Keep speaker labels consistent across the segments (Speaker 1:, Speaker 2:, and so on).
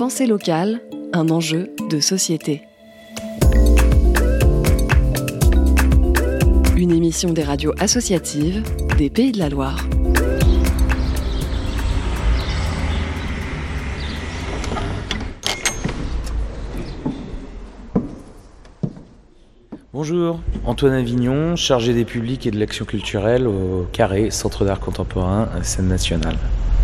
Speaker 1: Pensée locale, un enjeu de société. Une émission des radios associatives des Pays de la Loire.
Speaker 2: Bonjour, Antoine Avignon, chargé des publics et de l'action culturelle au Carré, Centre d'art contemporain, scène nationale,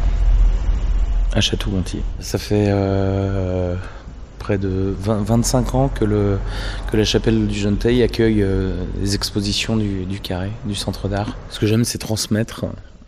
Speaker 2: à Château-Gontier. Ça fait près de 25 ans que la chapelle du Jeune Teil accueille les expositions du Carré, du Centre d'art. Ce que j'aime, c'est transmettre,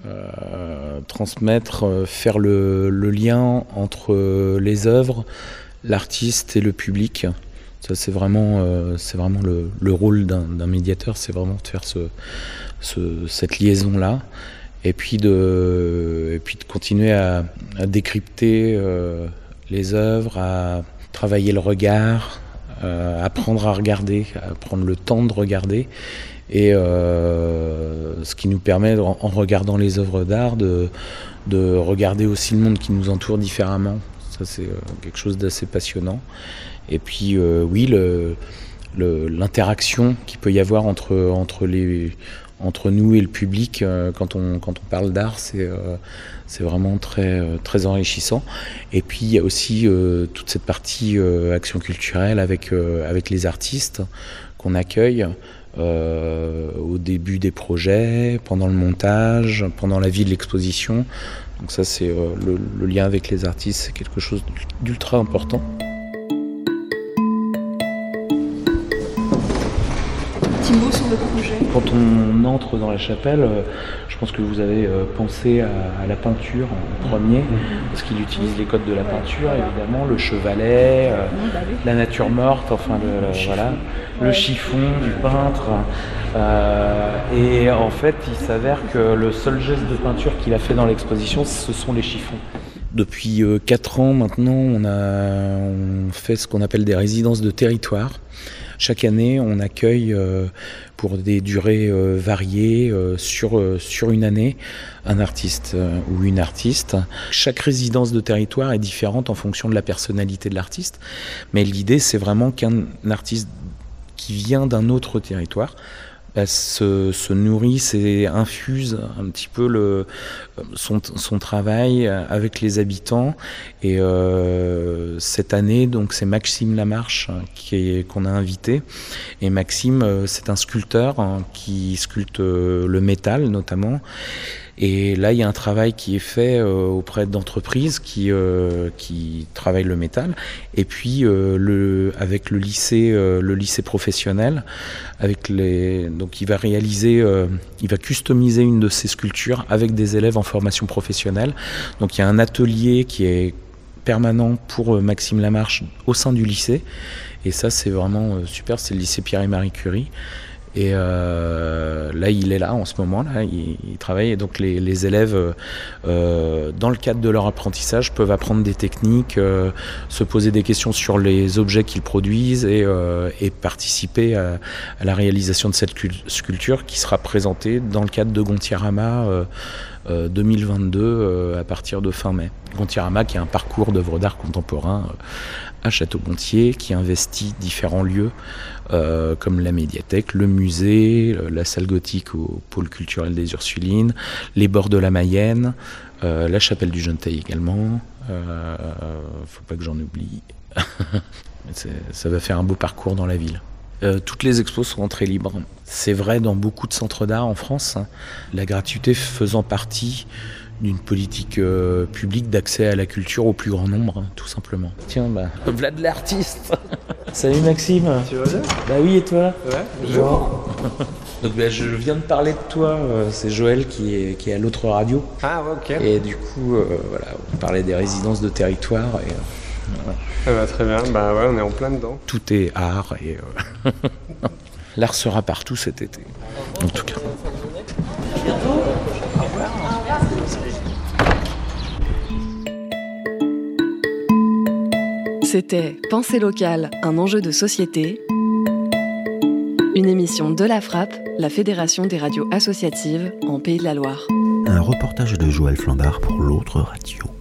Speaker 2: faire le lien entre les œuvres, l'artiste et le public. Ça, c'est vraiment le rôle d'un médiateur, c'est vraiment de faire cette liaison-là, et puis de continuer à décrypter les œuvres, à travailler le regard, apprendre à regarder, à prendre le temps de regarder, et ce qui nous permet, en regardant les œuvres d'art, de regarder aussi le monde qui nous entoure différemment. Ça, c'est quelque chose d'assez passionnant. Et puis l'interaction qu'il peut y avoir entre nous et le public quand on parle d'art, c'est vraiment très, très enrichissant. Et puis il y a aussi toute cette partie action culturelle avec les artistes qu'on accueille au début des projets, pendant le montage, pendant la vie de l'exposition. Donc ça, c'est le lien avec les artistes, c'est quelque chose d'ultra important.
Speaker 3: Petit mot sur le projet.
Speaker 2: Quand on entre dans la chapelle, je pense que vous avez pensé à la peinture en premier, parce qu'il utilise les codes de la peinture, évidemment, le chevalet, la nature morte, enfin le chiffon du peintre. Et en fait, il s'avère que le seul geste de peinture qu'il a fait dans l'exposition, ce sont les chiffons. Depuis 4 ans maintenant, on fait ce qu'on appelle des résidences de territoire. Chaque année, on accueille pour des durées variées sur une année un artiste ou une artiste. Chaque résidence de territoire est différente en fonction de la personnalité de l'artiste, mais l'idée, c'est vraiment qu'un artiste qui vient d'un autre territoire se nourrisse et infuse un petit peu son travail avec les habitants. Et cette année, donc, c'est Maxime Lamarche qu'on a invité. Et Maxime, c'est un sculpteur qui sculpte le métal notamment. Et là, il y a un travail qui est fait auprès d'entreprises qui travaillent le métal, et puis avec le lycée professionnel, donc il va customiser une de ses sculptures avec des élèves en formation professionnelle. Donc il y a un atelier qui est permanent pour Maxime Lamarche au sein du lycée, et ça, c'est vraiment super. C'est le lycée Pierre et Marie Curie. Et là, il est là en ce moment, là, il travaille, et donc les élèves, dans le cadre de leur apprentissage, peuvent apprendre des techniques, se poser des questions sur les objets qu'ils produisent, et participer à la réalisation de cette sculpture qui sera présentée dans le cadre de Gontiarama 2022 à partir de fin mai. Gontiarama, qui est un parcours d'œuvres d'art contemporain à Château-Gontier, qui investit différents lieux comme la médiathèque, le musée, la salle gothique au pôle culturel des Ursulines, les bords de la Mayenne, la chapelle du Jeune Teil également. Faut pas que j'en oublie. Ça va faire un beau parcours dans la ville. Toutes les expos sont entrées libres. C'est vrai dans beaucoup de centres d'art en France, la gratuité faisant partie d'une politique publique d'accès à la culture au plus grand nombre, tout simplement. Tiens, Vlad l'artiste. Salut Maxime.
Speaker 4: Tu vas bien ?
Speaker 2: Bah oui, et toi ?
Speaker 4: Ouais,
Speaker 2: bonjour. Donc je viens de parler de toi, c'est Joël qui est à l'autre radio.
Speaker 4: Ah ouais, ok.
Speaker 2: Et du coup, on parlait des résidences de territoire. Et,
Speaker 4: voilà. Ah bah, très bien, ouais, on est en plein dedans.
Speaker 2: Tout est art, et l'art sera partout cet été, en tout cas.
Speaker 3: À bientôt. Au revoir.
Speaker 1: C'était Pensée locale, un enjeu de société. Une émission de la Frappe, la Fédération des radios associatives en Pays de la Loire.
Speaker 5: Un reportage de Joël Flambard pour l'autre radio.